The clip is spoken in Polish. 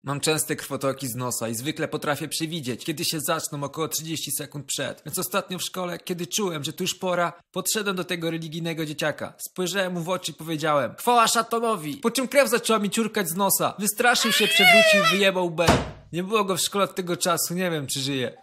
Mam częste krwotoki z nosa i zwykle potrafię przewidzieć, kiedy się zaczną około 30 sekund przed. Więc ostatnio w szkole, kiedy czułem, że tu już pora, podszedłem do tego religijnego dzieciaka. Spojrzałem mu w oczy i powiedziałem: chwała szatanowi! Po czym krew zaczęła mi ciurkać z nosa. Wystraszył się, przewrócił i wyjebał łbem. Nie było go w szkole od tego czasu, nie wiem czy żyje.